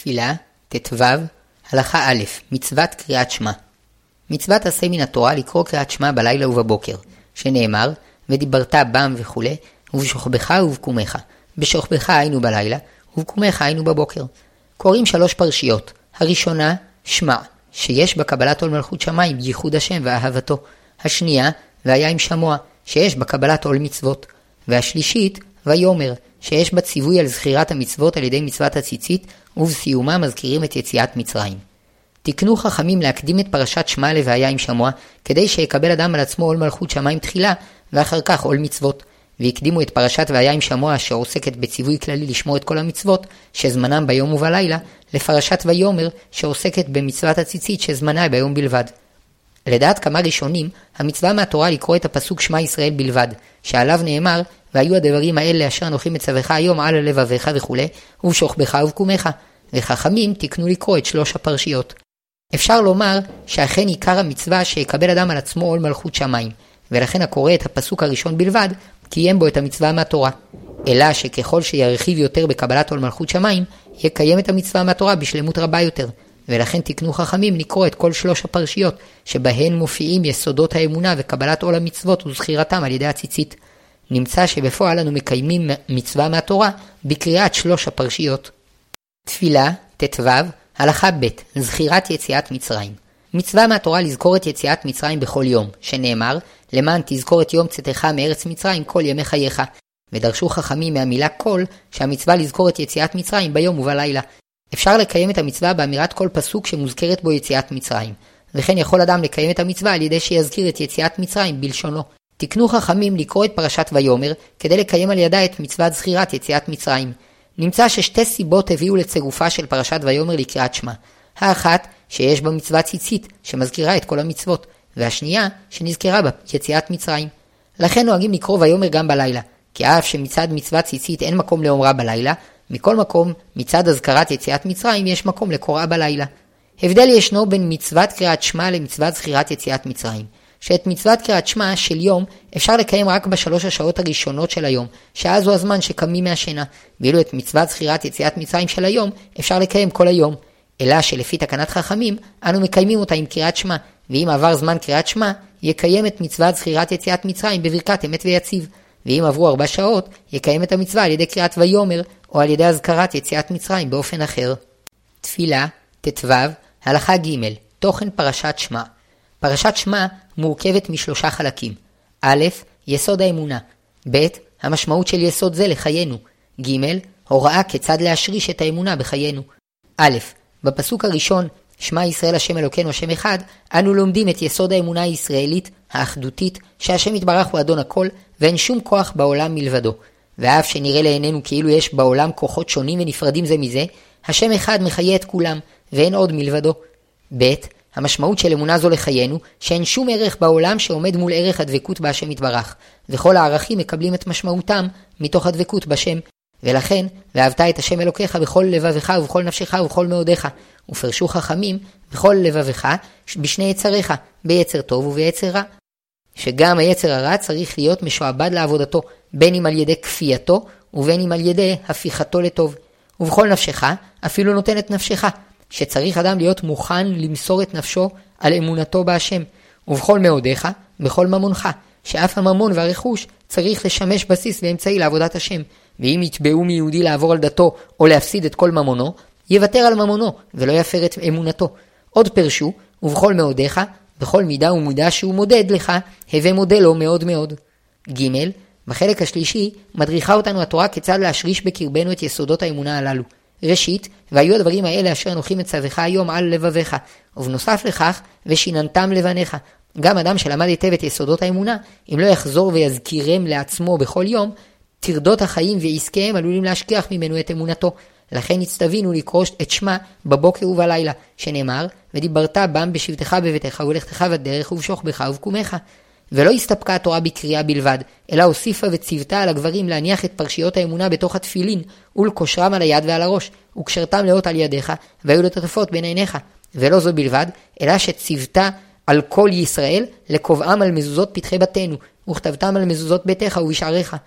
תפילה, ט"ו, הלכה א', מצוות קריאת שמע. מצוות עשה מן התורה לקרוא קריאת שמע בלילה ובבוקר, שנאמר, ודיברת בם וכו', ובשוכבך ובקומך. בשוכבך היינו בלילה, ובקומך היינו בבוקר. קוראים 3 פרשיות. הראשונה, שמע, שיש בה קבלת עול מלכות שמיים, ייחוד השם ואהבתו. השנייה, והיה עם שמוע, שיש בה קבלת עול מצוות. והשלישית, ויומר, שיש בה ציווי על זכירת המצוות על ידי מצוות הציצית, ובסיומה מזכירים את יציאת מצרים. תקנו חכמים להקדים את פרשת שמע לוהיה עם שמוע, כדי שיקבל אדם על עצמו עול מלכות שמיים תחילה, ואחר כך עול מצוות. והקדימו את פרשת והיה עם שמוע, שעוסקת בציווי כללי לשמור את כל המצוות, שזמנם ביום ובלילה, לפרשת ויומר, שעוסקת במצוות הציצית, שזמנה ביום בלבד. לדעת כמה ראשונים, המצווה מהתורה לקרוא את הפסוק שמע ישראל בלבד, שעליו נאמר, והיו הדברים האלה אשר אנוכי מצווך היום על לבביך וכו', ובשוכבך ובקומך. וחכמים תקנו לקרוא את 3 הפרשיות. אפשר לומר שאכן עיקר המצווה שיקבל אדם על עצמו עול מלכות שמיים, ולכן הקורא את הפסוק הראשון בלבד, קיים בו את המצווה מהתורה. אלא שככל שירחיב יותר בקבלת עול מלכות שמיים, יקיים את המצווה מהתורה בשלמות רבה יותר. ולכן תקנו חכמים לקרוא את כל 3 הפרשיות, שבהן מופיעים יסודות האמונה וקבלת עול המצוות וזכירתם על ידי הציצית. נמצא שבפועל אנו מקיימים מצווה מהתורה בקריאת 3 הפרשיות. תפילה, ט"ו, הלכה ב', זכירת יציאת מצרים. מצווה מהתורה לזכור את יציאת מצרים בכל יום, שנאמר, למען תזכור את יום צאתך מארץ מצרים כל ימי חייך. ודרשו חכמים מהמילה כל, שהמצווה לזכור את יציאת מצרים ביום ובלילה. אפשר לקיים את המצווה באמירת כל פסוק שמוזכרת בו יציאת מצרים. וכן יכול אדם לקיים את המצווה על ידי שיזכיר את יציאת מצרים בלשונו. תקנו חכמים לקרוא את פרשת ויומר, כדי לקיים על ידה את מצוות זכירת יציאת מצרים. נמצא ש2 סיבות הביאו לצירופה של פרשת ויומר לקריאת שמע. האחת, שיש בה מצוות ציצית, שמזכירה את כל המצוות, והשנייה, שנזכרה בה יציאת מצרים. לכן נוהגים לקרוא ויומר גם בלילה, כי אף שמצד מצוות ציצית אין מקום לאומרה בלילה, מכל מקום, מצד הזכרת יציאת מצרים יש מקום לקוראה בלילה. הבדל ישנו בין מצוות קריאת שמע למצוות זכירת יציאת מצרים. שאת מצוות קריאת שמע של יום אפשר לקיים רק ב3 השעות הראשונות של היום, שאז הוא הזמן שקמים מהשינה, ואילו את מצוות זכירת יציאת מצרים של היום אפשר לקיים כל היום. אלא שלפי תקנת חכמים, אנו מקיימים אותה עם קריאת שמע, ואם עבר זמן קריאת שמע, יקיים את מצוות זכירת יציאת מצרים בברכת אמת ויציב, ואם עברו 4 שעות, יקיים את המצווה על ידי קריאת ויומר, או על ידי הזכרת יציאת מצרים באופן אחר. תפילה, ט"ו, הלכה ג', תוכן פרשת שמע. פרשת שמע מורכבת מ3 חלקים. א', יסוד האמונה. ב', המשמעות של יסוד זה לחיינו. ג', הוראה כיצד להשריש את האמונה בחיינו. א', בפסוק הראשון, שמע ישראל השם אלוקינו השם אחד, אנו לומדים את יסוד האמונה הישראלית, האחדותית, שהשם יתברך הוא אדון הכל, ואין שום כוח בעולם מלבדו. ואף שנראה לעינינו כאילו יש בעולם כוחות שונים ונפרדים זה מזה, השם אחד מחיה את כולם, ואין עוד מלבדו. ב', המשמעות של אמונה זו לחיינו, שאין שום ערך בעולם שעומד מול ערך הדבקות בהשם יתברך, וכל הערכים מקבלים את משמעותם מתוך הדבקות בשם. ולכן, ואהבת את השם אלוקיך בכל לבבך ובכל נפשך ובכל מאודיך, ופרשו חכמים בכל לבבך בשני יצריך, ביצר טוב וביצר רע. שגם היצר הרע צריך להיות משועבד לעבודתו, בין אם על ידי כפייתו ובין אם על ידי הפיכתו לטוב. ובכל נפשך, אפילו נותן את נפשך, שצריך אדם להיות מוכן למסור את נפשו על אמונתו בהשם. ובכל מאודיך, בכל ממונך, שאף הממון והרכוש צריך לשמש בסיס ואמצעי לעבודת השם. ואם יתבעו מיהודי לעבור על דתו או להפסיד את כל ממונו, יוותר על ממונו ולא יפר את אמונתו. עוד פרשו, ובכל מאודיך, בכל מידה ומידה שהוא מודד לך, הווה מודה לו מאוד מאוד. ג', בחלק השלישי, מדריכה אותנו התורה כיצד להשריש בקרבנו את יסודות האמונה הללו. ראשית, והיו הדברים האלה אשר אנוכי מצווך היום על לבביך, ובנוסף לכך, ושיננתם לבניך. גם אדם שלמד היטב את יסודות האמונה, אם לא יחזור ויזכירם לעצמו בכל יום, תרדות החיים ועסקיהם עלולים להשכיח ממנו את אמונתו. לכן הצטווינו לקרוא את שמע בבוקר ובלילה, שנאמר, ודיברת בם בשבתך בביתך ולכתך בדרך ובשוכבך ובקומך. ולא הסתפקה התורה בקריאה בלבד, אלא הוסיפה וציוותה על הגברים להניח את פרשיות האמונה בתוך התפילין, ולקושרם על היד ועל הראש, וקשרתם לאות על ידיך, והיו לטוטפות בין עיניך. ולא זו בלבד, אלא שציוותה על כל ישראל לקובעם על מזוזות פתחי בתינו, וכתבתם על מזוזות ביתך ובשעריך.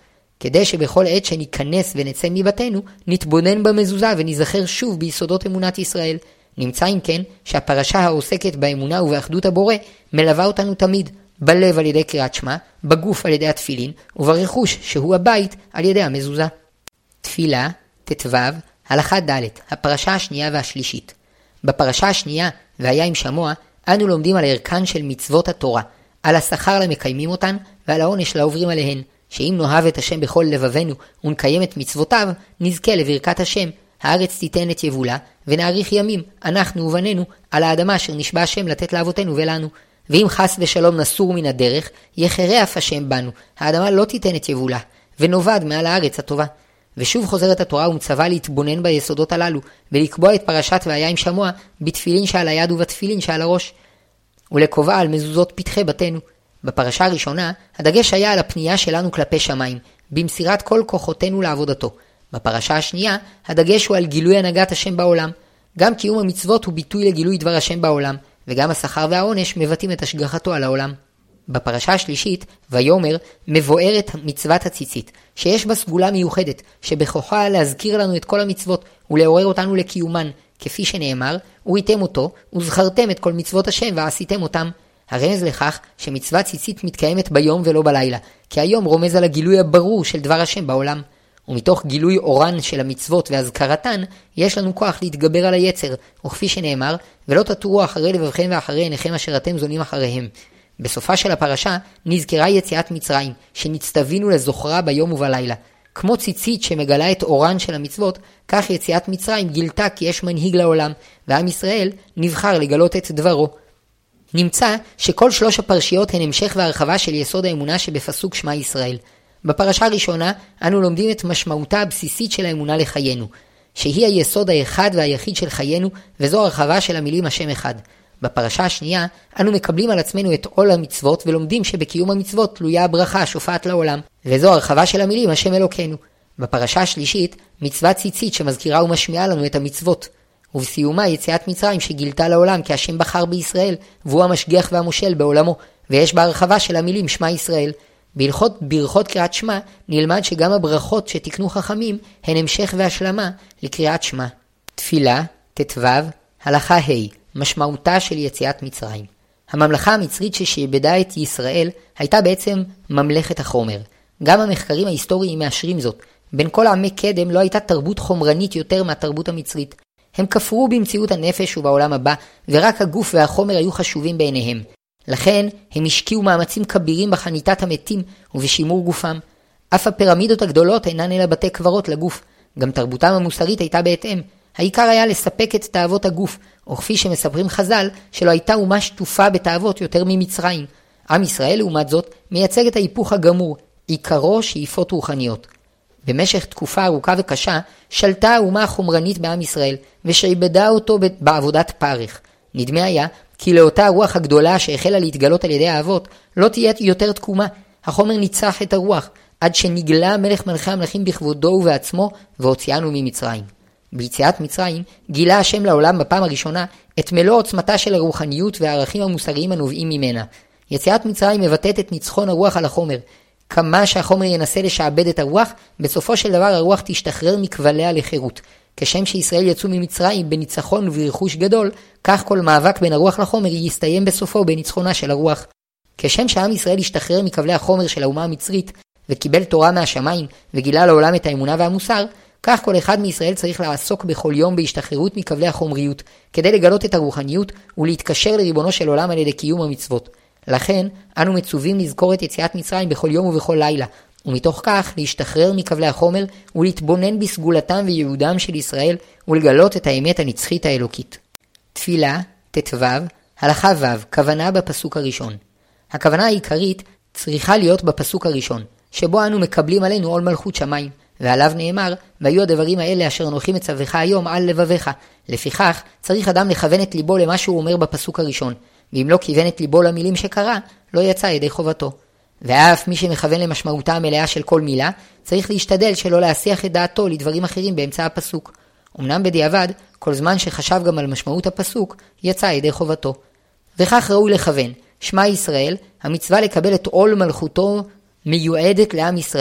כדי שבכל עת שניכנס ונצא מבתנו, נתבונן במזוזה ונזכר שוב ביסודות אמונת ישראל. נמצא אם כן שהפרשה העוסקת באמונה ובאחדות הבורא מלווה אותנו תמיד, בלב על ידי קריאת שמע, בגוף על ידי התפילין, וברכוש שהוא הבית על ידי המזוזה. תפילה, ט"ו, הלכה ד', הפרשה השנייה והשלישית. בפרשה השנייה, והיה עם שמוע, אנו לומדים על ערכן של מצוות התורה, על השכר למקיימים אותן, ועל העונש לעוברים עליהן, שאם נאהב את השם בכל לבבנו ונקיים את מצוותיו, נזכה לברכת השם, הארץ תיתן את יבולה, ונאריך ימים, אנחנו ובנינו, על האדמה אשר נשבע השם לתת לאבותינו ולנו. ואם חס ושלום נסור מן הדרך, יחרה אף השם בנו, האדמה לא תיתן את יבולה, ונובד מעל הארץ הטובה. ושוב חוזרת התורה ומצווה להתבונן ביסודות הללו, ולקבוע את פרשת והיה עם שמוע בתפילין שעל היד ובתפילין שעל הראש, ולקובע על מזוזות פתחי בתינו. בפרשה הראשונה, הדגש היה על הפנייה שלנו כלפי שמיים, במסירת כל כוחותינו לעבודתו. בפרשה השנייה, הדגש הוא על גילוי הנהגת השם בעולם. גם קיום המצוות הוא ביטוי לגילוי דבר השם בעולם, וגם השכר והעונש מבטאים את השגחתו על העולם. בפרשה השלישית, ויאמר, מבוארת מצוות הציצית, שיש בה סגולה מיוחדת, שבכוחה להזכיר לנו את כל המצוות, ולעורר אותנו לקיומן, כפי שנאמר, וראיתם אותו, וזכרתם את כל מצוות השם, ועשיתם אותם. הרמז לכך שמצוות ציצית מתקיימת ביום ולא בלילה, כי היום רומז על הגילוי הברור של דבר השם בעולם. ומתוך גילוי אורן של המצוות והזכרתן, יש לנו כוח להתגבר על היצר, וכפי שנאמר, ולא תטורו אחרי לבבכם ואחרי עיניכם אשר אתם זונים אחריהם. בסופה של הפרשה נזכרה יציאת מצרים, שנצטווינו לזוכרה ביום ובלילה. כמו ציצית שמגלה את אורן של המצוות, כך יציאת מצרים גילתה כי יש מנהיג לעולם, ועם ישראל נבחר לגלות את דברו. נמצא שכל שלוש הפרשיות הן המשך והרחבה של יסוד האמונה שבפסוק שמע ישראל. בפרשה הראשונה אנו לומדים את משמעותה הבסיסית של האמונה לחיינו, שהיא היסוד האחד והיחיד של חיינו, וזו הרחבה של המילים השם אחד. בפרשה השנייה אנו מקבלים על עצמנו את עול המצוות ולומדים שבקיום המצוות תלויה הברכה השופעת לעולם, וזו הרחבה של המילים השם אלוקינו. בפרשה השלישית מצוות ציצית שמזכירה ומשמיעה לנו את המצוות, ובסיומה יציאת מצרים שגילתה לעולם כי השם בחר בישראל והוא המשגיח והמושל בעולמו, ויש בה הרחבה של המילים שמע ישראל. בהלכות ברכות קריאת שמע נלמד שגם הברכות שתקנו חכמים הן המשך והשלמה לקריאת שמע. תפילה, ט"ו, הלכה ה', משמעותה של יציאת מצרים. הממלכה המצרית ששעבדה את ישראל הייתה בעצם ממלכת החומר. גם המחקרים ההיסטוריים מאשרים זאת. בין כל עמי קדם לא הייתה תרבות חומרנית יותר מהתרבות המצרית. הם כפרו במציאות הנפש ובעולם הבא, ורק הגוף והחומר היו חשובים בעיניהם. לכן הם השקיעו מאמצים כבירים בחניתת המתים ובשימור גופם. אף הפירמידות הגדולות אינן אלא בתי קברות לגוף. גם תרבותם המוסרית הייתה בהתאם. העיקר היה לספק את תאוות הגוף, או כפי שמספרים חז"ל, שלא הייתה אומה שטופה בתאוות יותר ממצרים. עם ישראל, לעומת זאת, מייצג את ההיפוך הגמור, עיקרו שאיפות רוחניות. במשך תקופה ארוכה וקשה, שלטה האומה החומרנית בעם ישראל, ושעבדה אותו בעבודת פרך. נדמה היה כי לאותה הרוח הגדולה שהחלה להתגלות על ידי האבות, לא תהיה יותר תקומה. החומר ניצח את הרוח, עד שנגלה מלך מלכי המלכים בכבודו ובעצמו, והוציאנו ממצרים. ביציאת מצרים גילה השם לעולם בפעם הראשונה את מלוא עוצמתה של הרוחניות והערכים המוסריים הנובעים ממנה. יציאת מצרים מבטאת את ניצחון הרוח על החומר. כמה שהחומר ינסה לשעבד את הרוח, בסופו של דבר הרוח תשתחרר מכבליה לחירות. כשם שישראל יצאו ממצרים בניצחון וברכוש גדול, כך כל מאבק בין הרוח לחומר יסתיים בסופו בניצחונה של הרוח. כשם שעם ישראל ישתחרר מכבלי החומר של האומה המצרית, וקיבל תורה מהשמיים וגילה לעולם את האמונה והמוסר, כך כל אחד מישראל צריך לעסוק בכל יום בהשתחררות מכבלי החומריות, כדי לגלות את הרוחניות ולהתקשר לריבונו של עולם על ידי קיום המצוות. לכן, אנו מצווים לזכור את יציאת מצרים בכל יום ובכל לילה, ומתוך כך להשתחרר מכבלי החומר ולהתבונן בסגולתם וייעודם של ישראל ולגלות את האמת הנצחית האלוקית. תפילה, ט"ו, הלכה ו', כוונה בפסוק הראשון. הכוונה העיקרית צריכה להיות בפסוק הראשון, שבו אנו מקבלים עלינו עול מלכות שמיים, ועליו נאמר, והיו הדברים האלה אשר אנוכי מצווך היום על לבביך. לפיכך, צריך אדם לכוון את ליבו למה שהוא אומר בפסוק הראשון, ואם לא כיוון את ליבו למילים שקרא, לא יצא ידי חובתו. ואף מי שמכוון למשמעותה המלאה של כל מילה, צריך להשתדל שלא להסיח את דעתו לדברים אחרים באמצע הפסוק. אמנם בדיעבד, כל זמן שחשב גם על משמעות הפסוק, יצא ידי חובתו. וכך ראוי לכוון, שמע ישראל, המצווה לקבל את עול מלכותו מיועדת לעם ישראל,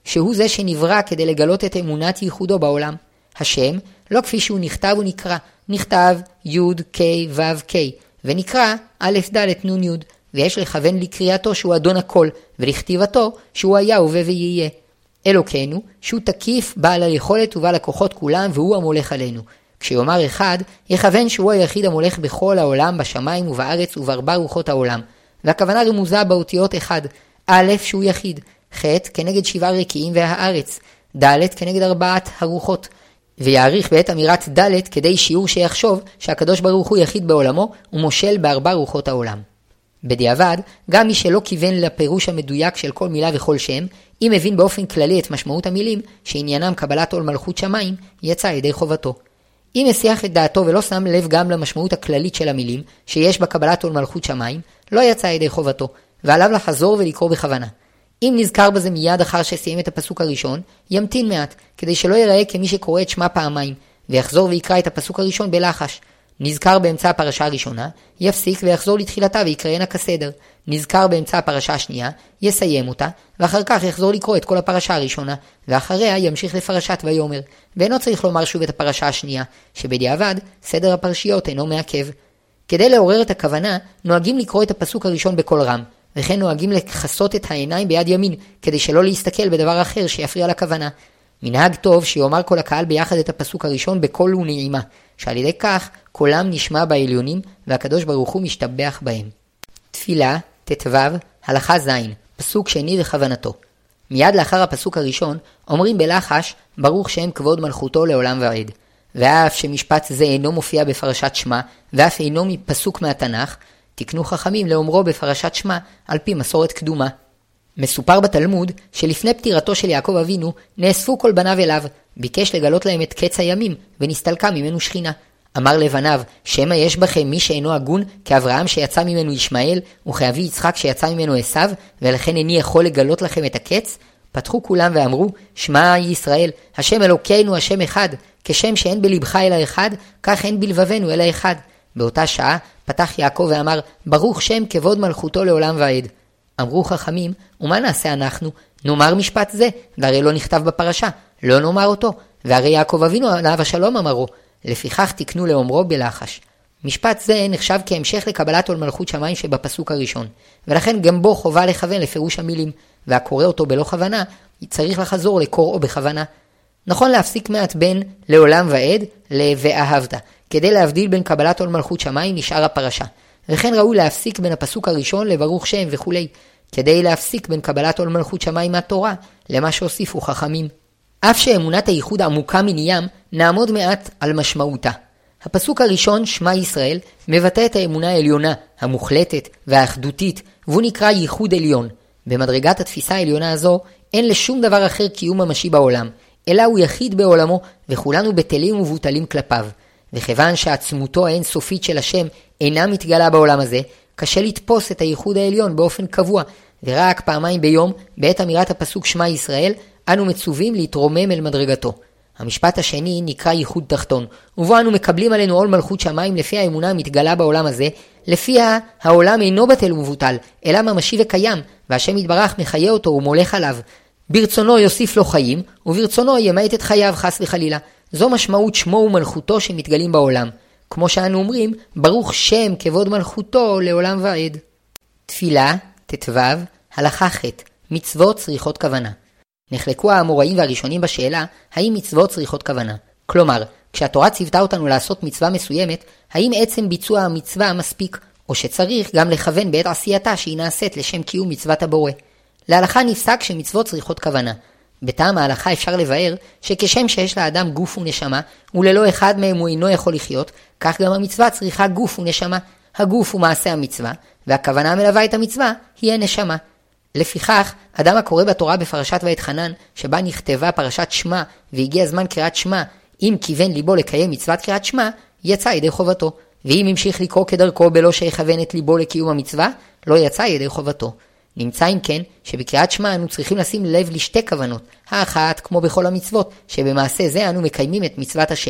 שהוא זה שנברא כדי לגלות את אמונת ייחודו בעולם. השם, לא כפי שהוא נכתב ונקרא, נכתב י' כ' ו' כ', ונקרא א' ד' נ' י', ויש לכוון לקריאתו שהוא אדון הכל, ולכתיבתו שהוא היה הווה ויהיה. אלוקינו, שהוא תקיף, בעל היכולת ובעל הכוחות כולם, והוא המולך עלינו. כשיאמר אחד, יכוון שהוא היחיד המולך בכל העולם, בשמיים ובארץ ובארבע רוחות העולם. והכוונה רמוזה באותיות אחד, א' שהוא יחיד, ח' כנגד 7 רקיעים והארץ, ד' כנגד 4 הרוחות, ויעריך בעת אמירת ד' כדי שיעור שיחשוב שהקדוש ברוך הוא יחיד בעולמו ומושל ב4 רוחות העולם. בדיעבד, גם מי שלא כיוון לפירוש המדויק של כל מילה וכל שם, אם הבין באופן כללי את משמעות המילים, שעניינם קבלת עול מלכות שמיים, יצא ידי חובתו. אם הסיח את דעתו ולא שם לב גם למשמעות הכללית של המילים, שיש בה קבלת עול מלכות שמיים, לא יצא ידי חובתו, ועליו לחזור ולקרוא בכוונה. אם נזכר בזה מיד אחר שסיים את הפסוק הראשון, ימתין מעט, כדי שלא ייראה כמי שקורא את שמה פעמיים, ויחזור ויקרא את הפסוק הראשון בלחש. נזכר באמצע הפרשה הראשונה, יפסיק ויחזור לתחילתה ויקראנה כסדר. נזכר באמצע הפרשה השנייה, יסיים אותה, ואחר כך יחזור לקרוא את כל הפרשה הראשונה, ואחריה ימשיך לפרשת ויאמר. ואינו צריך לומר שוב את הפרשה השנייה, שבדיעבד סדר הפרשיות אינו מעכב. כדי לעורר את הכוונה, נוהגים לקרוא את הפסוק הראשון בקול רם, וכן נוהגים לחסות את העיניים ביד ימין, כדי שלא להסתכל בדבר אחר שיפריע לכוונה. מנהג טוב שיאמר כל הקהל ביחד את הפסוק הראשון בקול ונעימה, שעל ידי כך קולם נשמע בעליונים והקדוש ברוך הוא משתבח בהם. תפילה, ט"ו, הלכה ז', פסוק שני וכוונתו. מיד לאחר הפסוק הראשון אומרים בלחש ברוך שם כבוד מלכותו לעולם ועד. ואף שמשפט זה אינו מופיע בפרשת שמה, ואף אינו מפסוק מהתנ"ך, תקנו חכמים לאומרו בפרשת שמה על פי מסורת קדומה. מסופר בתלמוד שלפני פטירתו של יעקב אבינו נאספו כל בניו אליו, ביקש לגלות להם את קץ הימים ונסתלקה ממנו שכינה. אמר לבניו, שמא יש בכם מי שאינו הגון כאברהם שיצא ממנו ישמעאל וכאבי יצחק שיצא ממנו עשיו, ולכן איני יכול לגלות לכם את הקץ? פתחו כולם ואמרו, שמע ישראל, השם אלוקינו השם אחד, כשם שאין בלבך אלא אחד, כך אין בלבבנו אלא אחד. באותה שעה פתח יעקב ואמר, ברוך שם כבוד מלכותו לעולם ועד. אמרו חכמים, ומה נעשה אנחנו? נאמר משפט זה, והרי לא נכתב בפרשה, לא נאמר אותו, והרי יעקב אבינו עליו השלום אמרו, לפיכך תקנו לאומרו בלחש. משפט זה נחשב כהמשך לקבלת עול מלכות שמיים שבפסוק הראשון, ולכן גם בו חובה לכוון לפירוש המילים, והקורא אותו בלא כוונה, צריך לחזור לקוראו בכוונה. נכון להפסיק מעט בין לעולם ועד ל"ואהבת", כדי להבדיל בין קבלת עול מלכות שמיים לשאר הפרשה. וכן ראוי להפסיק בין הפסוק הראשון לברוך שם וכו', כדי להפסיק בין קבלת עול מלכות שמיים מהתורה למה שהוסיפו חכמים. אף שאמונת הייחוד עמוקה מניים, נעמוד מעט על משמעותה. הפסוק הראשון, שמע ישראל, מבטא את האמונה העליונה, המוחלטת והאחדותית, והוא נקרא ייחוד עליון. במדרגת התפיסה העליונה הזו, אין לשום דבר אחר קיום ממשי בעולם, אלא הוא יחיד בעולמו, וכולנו בטלים ובוטלים כלפיו. וכיוון שעצמותו האינסופית של השם אינה מתגלה בעולם הזה, קשה לתפוס את הייחוד העליון באופן קבוע, ורק פעמיים ביום, בעת אמירת הפסוק שמע ישראל, אנו מצווים להתרומם אל מדרגתו. המשפט השני נקרא ייחוד תחתון, ובו אנו מקבלים עלינו עול מלכות שמיים לפי האמונה המתגלה בעולם הזה, לפיה העולם אינו בטל ומבוטל, אלא ממשי וקיים, והשם יתברך מחיה אותו ומולך עליו. ברצונו יוסיף לו חיים, וברצונו ימעט את חייו חס וחלילה. זו משמעות שמו ומלכותו שמתגלים בעולם. כמו שאנו אומרים, ברוך שם כבוד מלכותו לעולם ועד. תפילה, ט"ו, הלכה ח', מצוות צריכות כוונה. נחלקו האמוראים והראשונים בשאלה, האם מצוות צריכות כוונה. כלומר, כשהתורה ציוותה אותנו לעשות מצווה מסוימת, האם עצם ביצוע המצווה מספיק, או שצריך גם לכוון בעת עשייתה שהיא נעשית לשם קיום מצוות הבורא. להלכה נפסק שמצוות צריכות כוונה. בטעם ההלכה אפשר לבאר שכשם שיש לאדם גוף ונשמה, וללא אחד מהם הוא אינו יכול לחיות, כך גם המצווה צריכה גוף ונשמה. הגוף הוא מעשה המצווה, והכוונה המלווה את המצווה היא הנשמה. לפיכך, אדם הקורא בתורה בפרשת ואתחנן, שבה נכתבה פרשת שמה, והגיע זמן קריאת שמה, אם כיוון ליבו לקיים מצוות קריאת שמה, יצא ידי חובתו. ואם המשיך לקרוא כדרכו בלא שיכוון את ליבו לקיום המצווה, לא יצא ידי חובתו. נמצא אם כן, שבקריאת שמה אנו צריכים לשים לב לשתי כוונות. האחת, כמו בכל המצוות, שבמעשה זה אנו מקיימים את מצוות השם,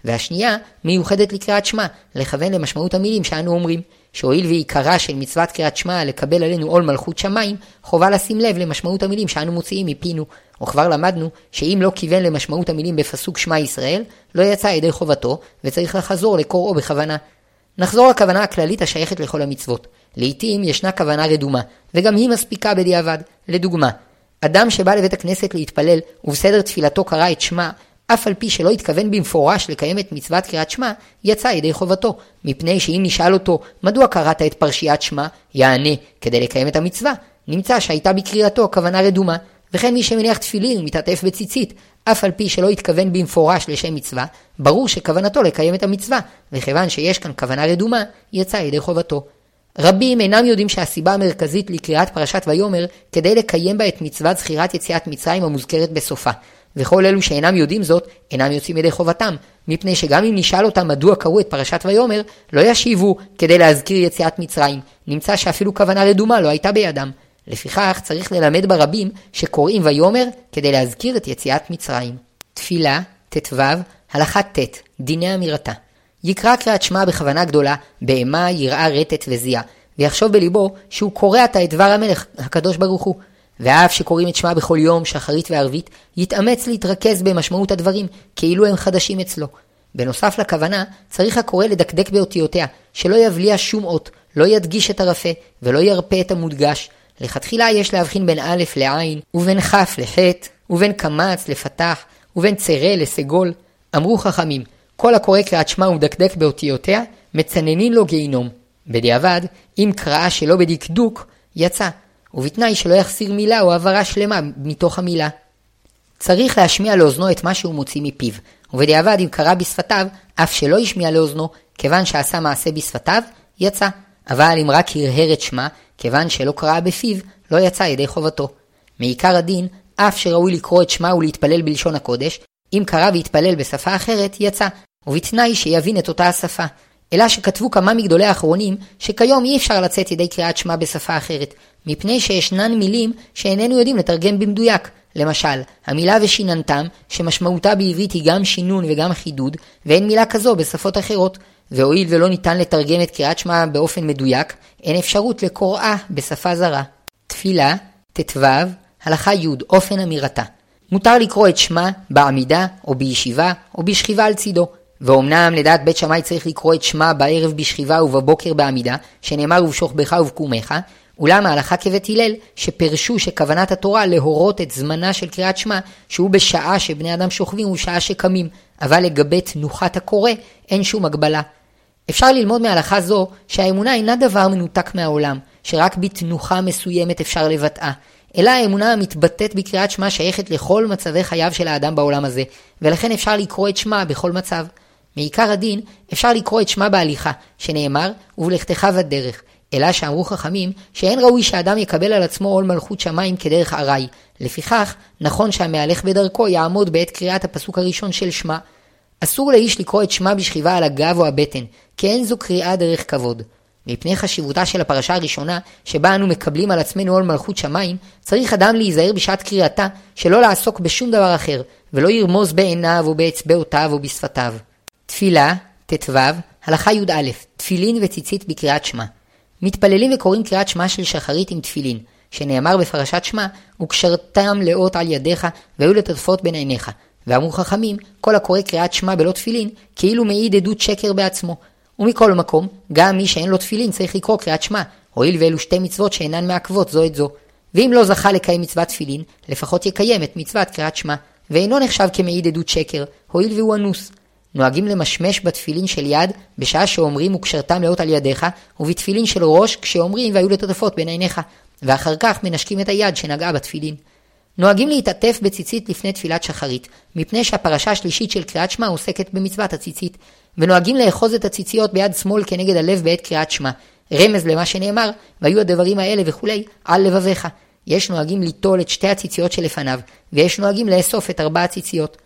והשנייה מיוחדת לקריאת שמע, לכוון למשמעות המילים שאנו אומרים, שהואיל ועיקרה של מצוות קריאת שמע לקבל עלינו עול מלכות שמיים, חובה לשים לב למשמעות המילים שאנו מוציאים מפינו, וכבר למדנו שאם לא כיוון למשמעות המילים בפסוק שמע ישראל, לא יצא ידי חובתו, וצריך לחזור לקוראו בכוונה. נחזור לכוונה הכללית השייכת לכל המצוות. לעתים ישנה כוונה רדומה, וגם היא מספיקה בדיעבד. לדוגמה, אדם שבא לבית הכנסת להתפלל, ובסדר תפילתו קרא את שמע, אף על פי שלא התכוון במפורש לקיים את מצוות קריאת שמע, יצא ידי חובתו, מפני שאם נשאל אותו, מדוע קראת את פרשיית שמע, יענה, כדי לקיים את המצווה, נמצא שהייתה בקריאתו כוונה רדומה, וכן מי שמניח תפילין ומתעטף בציצית, אף על פי שלא התכוון במפורש לשם מצווה, ברור שכוונתו לקיים את המצווה, וכיוון שיש כאן כוונה רדומה, יצא ידי חובתו. רבים אינם יודעים שהסיבה המרכזית לקריאת פרשת ויאמר, כדי לקיים בה את מצוות זכירת יציאת מצרים המוזכרת בסופה. וכל אלו שאינם יודעים זאת, אינם יוצאים ידי חובתם, מפני שגם אם נשאל אותם מדוע קראו את פרשת ויאמר, לא ישיבו כדי להזכיר יציאת מצרים. נמצא שאפילו כוונה רדומה לא הייתה בידם. לפיכך צריך ללמד ברבים שקוראים ויאמר כדי להזכיר את יציאת מצרים. תפילה, ט"ו, הלכה ט', דיני אמירתה. יקרא קריאת שמע בכוונה גדולה, בהמה, יראה, רטט וזיעה, ויחשוב בליבו שהוא קורא את דבר המלך הקדוש ברוך הוא. ואף שקוראים את שמע בכל יום, שחרית וערבית, יתאמץ להתרכז במשמעות הדברים, כאילו הם חדשים אצלו. בנוסף לכוונה, צריך הקורא לדקדק באותיותיה, שלא יבליע שום אות, לא ידגיש את הרפה, ולא ירפה את המודגש. לכתחילה יש להבחין בין א' לעין, ובין כ' לח', ובין קמץ לפתח, ובין צרה לסגול. אמרו חכמים, כל הקורא קריאת שמע ומדקדק באותיותיה, מצננין לו גיהינום. בדיעבד, אם קראה שלא בדקדוק, יצא, ובתנאי שלא יחסיר מילה או הברה שלמה מתוך המילה. צריך להשמיע לאוזנו את מה שהוא מוציא מפיו, ובדיעבד אם קרא בשפתיו, אף שלא ישמיע לאוזנו, כיוון שעשה מעשה בשפתיו, יצא. אבל אם רק הרהר את שמה, כיוון שלא קרא בפיו, לא יצא ידי חובתו. מעיקר הדין, אף שראוי לקרוא את שמה ולהתפלל בלשון הקודש, אם קרא והתפלל בשפה אחרת, יצא, ובתנאי שיבין את אותה השפה. אלא שכתבו כמה מגדולי האחרונים, שכיום אי אפשר לצאת ידי קריאת שמה בשפה אחרת, מפני שישנן מילים שאיננו יודעים לתרגם במדויק. למשל, המילה ושיננתם, שמשמעותה בעברית היא גם שינון וגם חידוד, ואין מילה כזו בשפות אחרות. והואיל ולא ניתן לתרגם את קריאת שמע באופן מדויק, אין אפשרות לקוראה בשפה זרה. תפילה, ט"ו, הלכה י', אופן אמירתה. מותר לקרוא את שמע בעמידה או בישיבה או בשכיבה על צידו. ואומנם לדעת בית שמאי צריך לקרוא את שמע בערב בשכיבה ובבוקר בעמידה, שנאמר ובשוכבך ובקומך, אולם ההלכה כבית הלל שפרשו שכוונת התורה להורות את זמנה של קריאת שמע, שהוא בשעה שבני אדם שוכבים ובשעה שקמים, אבל לגבי תנוחת הקורא אין שום הגבלה. אפשר ללמוד מההלכה זו שהאמונה אינה דבר מנותק מהעולם, שרק בתנוחה מסוימת אפשר לבטאה, אלא האמונה המתבטאת בקריאת שמע שייכת לכל מצבי חייו של האדם בעולם הזה, ולכן אפשר לקרוא את שמע בכל מצב. מעיקר הדין אפשר לקרוא את שמע בהליכה, שנאמר ובלכתך בדרך, אלא שאמרו חכמים שאין ראוי שאדם יקבל על עצמו עול מלכות שמיים כדרך ארעי. לפיכך נכון שהמהלך בדרכו יעמוד בעת קריאת הפסוק הראשון של שמע. אסור לאיש לקרוא את שמע בשכיבה על הגב או הבטן, כי אין זו קריאה דרך כבוד. מפני חשיבותה של הפרשה הראשונה, שבה אנו מקבלים על עצמנו עול מלכות שמיים, צריך אדם להיזהר בשעת קריאתה, שלא לעסוק בשום דבר אחר, ולא ירמוז בעיניו או באצבעותיו או בשפתיו. תפילה, ט"ו, הלכה י"א, תפילין וציצית בקריאת שמע. מתפללים וקוראים קריאת שמע של שחרית עם תפילין, שנאמר בפרשת שמע, וקשרתם לאות על ידיך, והיו לטרפות בין עיניך. ואמרו חכמים, כל הקורא קריאת שמע בלא תפילין, כאילו מעיד עדות שקר בעצמו. ומכל מקום, גם מי שאין לו תפילין צריך לקרוא קריאת שמע, הואיל ואלו שתי מצוות שאינן מעכבות זו את זו. ואם לא זכה לקיים מצוות תפילין, לפחות יקיים את מצוות קריאת שמע, ואינו נחשב כמעיד עדות שקר, הואיל והוא אנוס. נוהגים למשמש בתפילין של יד, בשעה שאומרים וקשרתם לאות על ידיך, ובתפילין של ראש כשאומרים והיו לטרפות בין עיניך, ואחר כך מנשקים את היד שנגעה בתפילין. נוהגים להתעטף בציצית לפני תפילת שחרית, מפני שהפרשה השלישית של קריאת שמע עוסקת במצוות הציצית, ונוהגים לאחוז את הציציות ביד שמאל כנגד הלב בעת קריאת שמע, רמז למה שנאמר, והיו הדברים האלה וכולי, על לבביך. יש נוהגים ליטול את שתי הציציות שלפניו, ויש נוהגים לאסוף את 4 הציציות.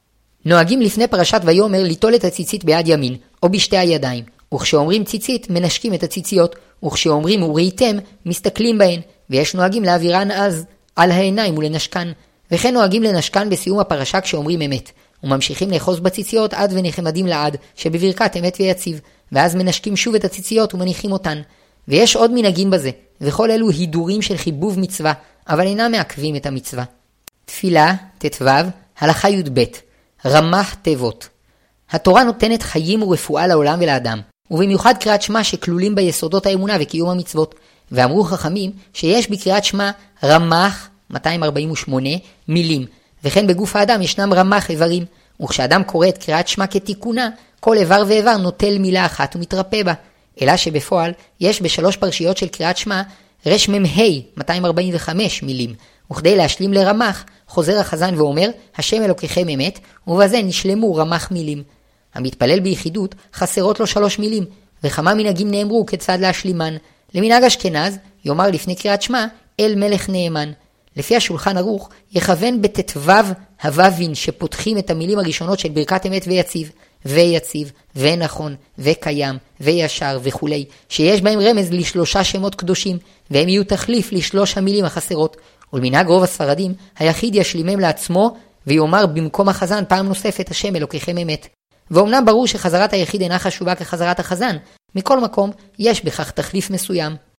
נוהגים לפני פרשת ויאמר ליטול את הציצית ביד ימין, או בשתי הידיים, וכשאומרים ציצית מנשקים את הציציות, וכשאומרים וראיתם מסתכלים בהן, ויש נוהגים להעבירן אז על העיניים ולנשקן, וכן נוהגים לנשקן בסיום הפרשה כשאומרים אמת. וממשיכים לאחוז בציציות עד ונחמדים לעד, שבברכת אמת ויציב, ואז מנשקים שוב את הציציות ומניחים אותן. ויש עוד מנהגים בזה, וכל אלו הידורים של חיבוב מצווה, אבל אינם מעכבים את המצווה. תפילה, ט"ו, הלכה י"ב, רמ"ח תיבות. התורה נותנת חיים ורפואה לעולם ולאדם, ובמיוחד קריאת שמע שכלולים ביסודות האמונה וקיום המצוות. ואמרו חכמים שיש בקריאת שמע רמ"ח 248 מילים, וכן בגוף האדם ישנם רמ"ח איברים, וכשאדם קורא את קריאת שמע כתיקונה, כל איבר ואיבר נוטל מילה אחת ומתרפא בה. אלא שבפועל יש בשלוש פרשיות של קריאת שמע רמ"ה 245 מילים, וכדי להשלים לרמ"ח חוזר החזן ואומר השם אלוקיכם אמת, ובזה נשלמו רמ"ח מילים. המתפלל ביחידות חסרות לו 3 מילים, וכמה מנהגים נאמרו כיצד להשלימן. למנהג אשכנז יאמר לפני קריאת שמע אל מלך נאמן. לפי השולחן ערוך יכוון בט"ו הו"בין שפותחים את המילים הראשונות של ברכת אמת ויציב, ויציב, ונכון, וקיים, וישר וכו', שיש בהם רמז ל3 שמות קדושים, והם יהיו תחליף ל3 המילים החסרות. ולמנהג רוב הספרדים היחיד ישלימם לעצמו ויאמר במקום החזן פעם נוספת השם אלוקיכם אמת. ואומנם ברור שחזרת היחיד אינה חשובה כחזרת החזן, מכל מקום יש בכך תחליף מסוים.